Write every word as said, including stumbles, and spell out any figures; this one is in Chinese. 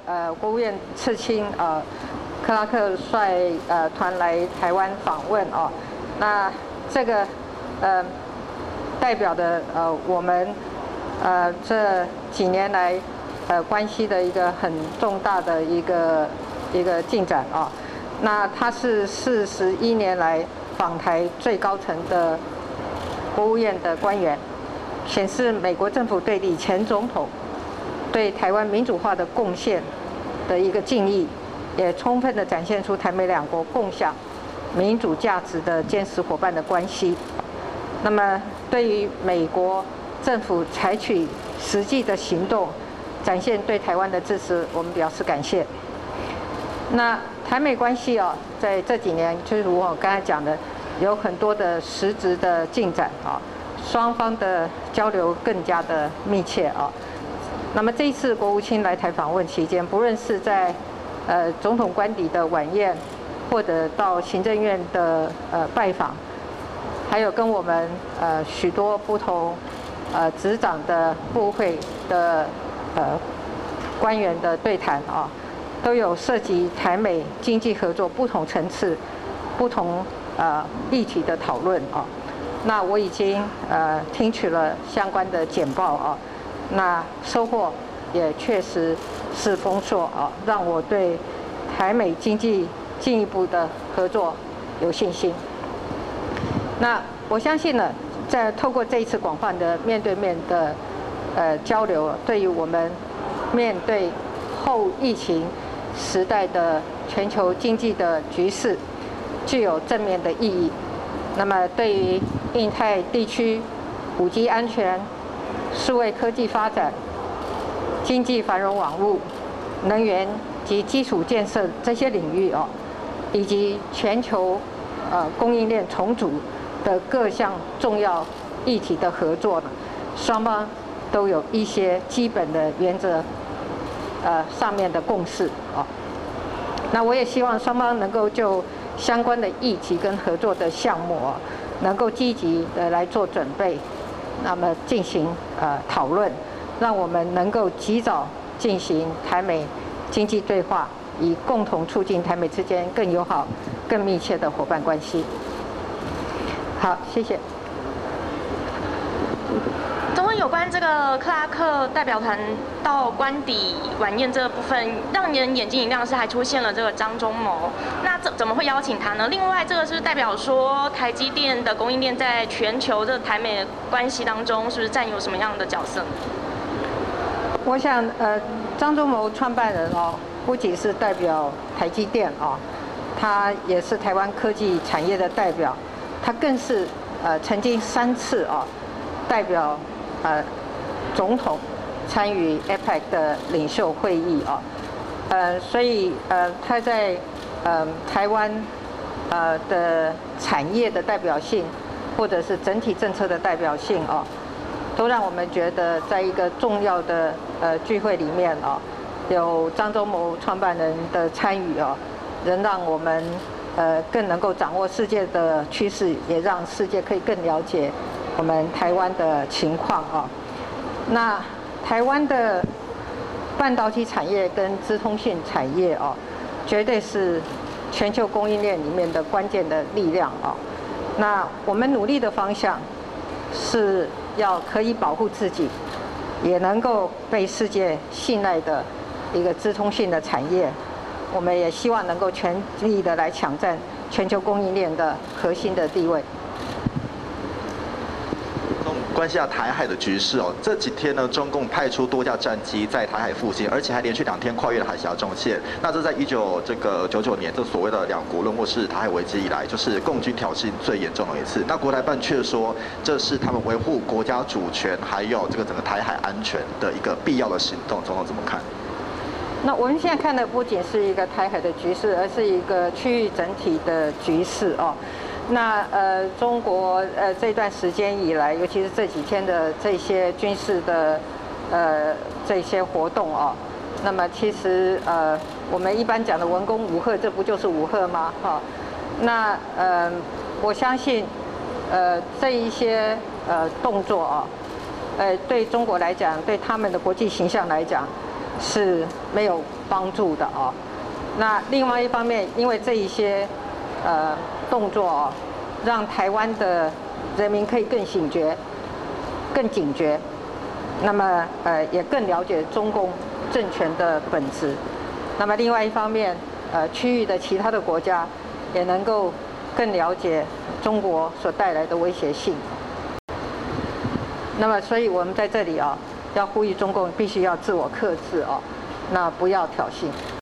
呃国务院次卿呃克拉克率呃团来台湾访问哦，那这个呃代表的呃我们呃这几年来呃关系的一个很重大的一个一个进展啊、哦。那他是四十一年来访台最高层的国务院的官员，显示美国政府对李前总统对台湾民主化的贡献的一个敬意，也充分地展现出台美两国共享民主价值的坚实伙伴的关系。那么，对于美国政府采取实际的行动，展现对台湾的支持，我们表示感谢。那台美关系啊，在这几年，就如我刚才讲的，有很多的实质的进展啊，双方的交流更加的密切啊。那么这一次国务卿来台访问期间，不论是在呃总统官邸的晚宴，或者到行政院的呃拜访，还有跟我们呃许多不同呃执掌的部会的呃官员的对谈啊，都有涉及台美经济合作不同层次、不同呃议题的讨论啊。那我已经呃听取了相关的简报啊。那收获也确实是丰硕啊，让我对台美经济进一步的合作有信心。那我相信呢，在透过这一次广泛的面对面的呃交流，对于我们面对后疫情时代的全球经济的局势，具有正面的意义。那么对于印太地区五 G 安全、数位科技发展、经济繁荣网络、能源及基础建设这些领域哦，以及全球呃供应链重组的各项重要议题的合作呢，双方都有一些基本的原则呃上面的共识哦。那我也希望双方能够就相关的议题跟合作的项目哦，能够积极的来做准备。那么进行呃讨论，让我们能够及早进行台美经济对话，以共同促进台美之间更友好、更密切的伙伴关系。好，谢谢。 总问有关这个克拉克代表团到官邸晚宴这个部分，让人眼睛一亮是还出现了这个张忠谋，那怎怎么会邀请他呢？另外，这个是代表说台积电的供应链在全球的台美关系当中，是不是占有什么样的角色？ 我想，呃，张忠谋创办人哦，不仅是代表台积电哦，他也是台湾科技产业的代表，他更是呃曾经三次哦代表。呃，总统参与 A P E C 的领袖会议啊，呃，所以呃，他在呃台湾呃的产业的代表性，或者是整体政策的代表性啊，都让我们觉得，在一个重要的呃聚会里面啊，有张忠谋创办人的参与啊，能让我们呃更能够掌握世界的趋势，也让世界可以更了解我们台湾的情况啊。那台湾的半导体产业跟资通讯产业啊，绝对是全球供应链里面的关键的力量啊。那我们努力的方向是要可以保护自己，也能够被世界信赖的一个资通讯的产业。我们也希望能够全力的来抢占全球供应链的核心的地位。 关系到台海的局势哦，这几天呢，中共派出多架战机在台海附近，而且还连续两天跨越了海峡中线。那这在一九这个九九年，这所谓的两国论或是台海危机以来，就是共军挑衅最严重的一次。那国台办却说，这是他们维护国家主权还有这个整个台海安全的一个必要的行动。总统怎么看？ 那我们现在看的不仅是一个台海的局势，而是一个区域整体的局势哦。那呃，中国呃这段时间以来，尤其是这几天的这些军事的呃这些活动哦，那么其实呃我们一般讲的文攻武吓，这不就是武吓吗？哈、哦，那呃我相信呃这一些呃动作啊、哦，呃对中国来讲，对他们的国际形象来讲， 是没有帮助的哦。那另外一方面，因为这一些呃动作哦，让台湾的人民可以更醒觉、更警觉，那么呃也更了解中共政权的本质。那么另外一方面，呃区域的其他的国家也能够更了解中国所带来的威胁性。那么，所以我们在这里啊，要呼吁中共必须要自我克制啊，那不要挑衅。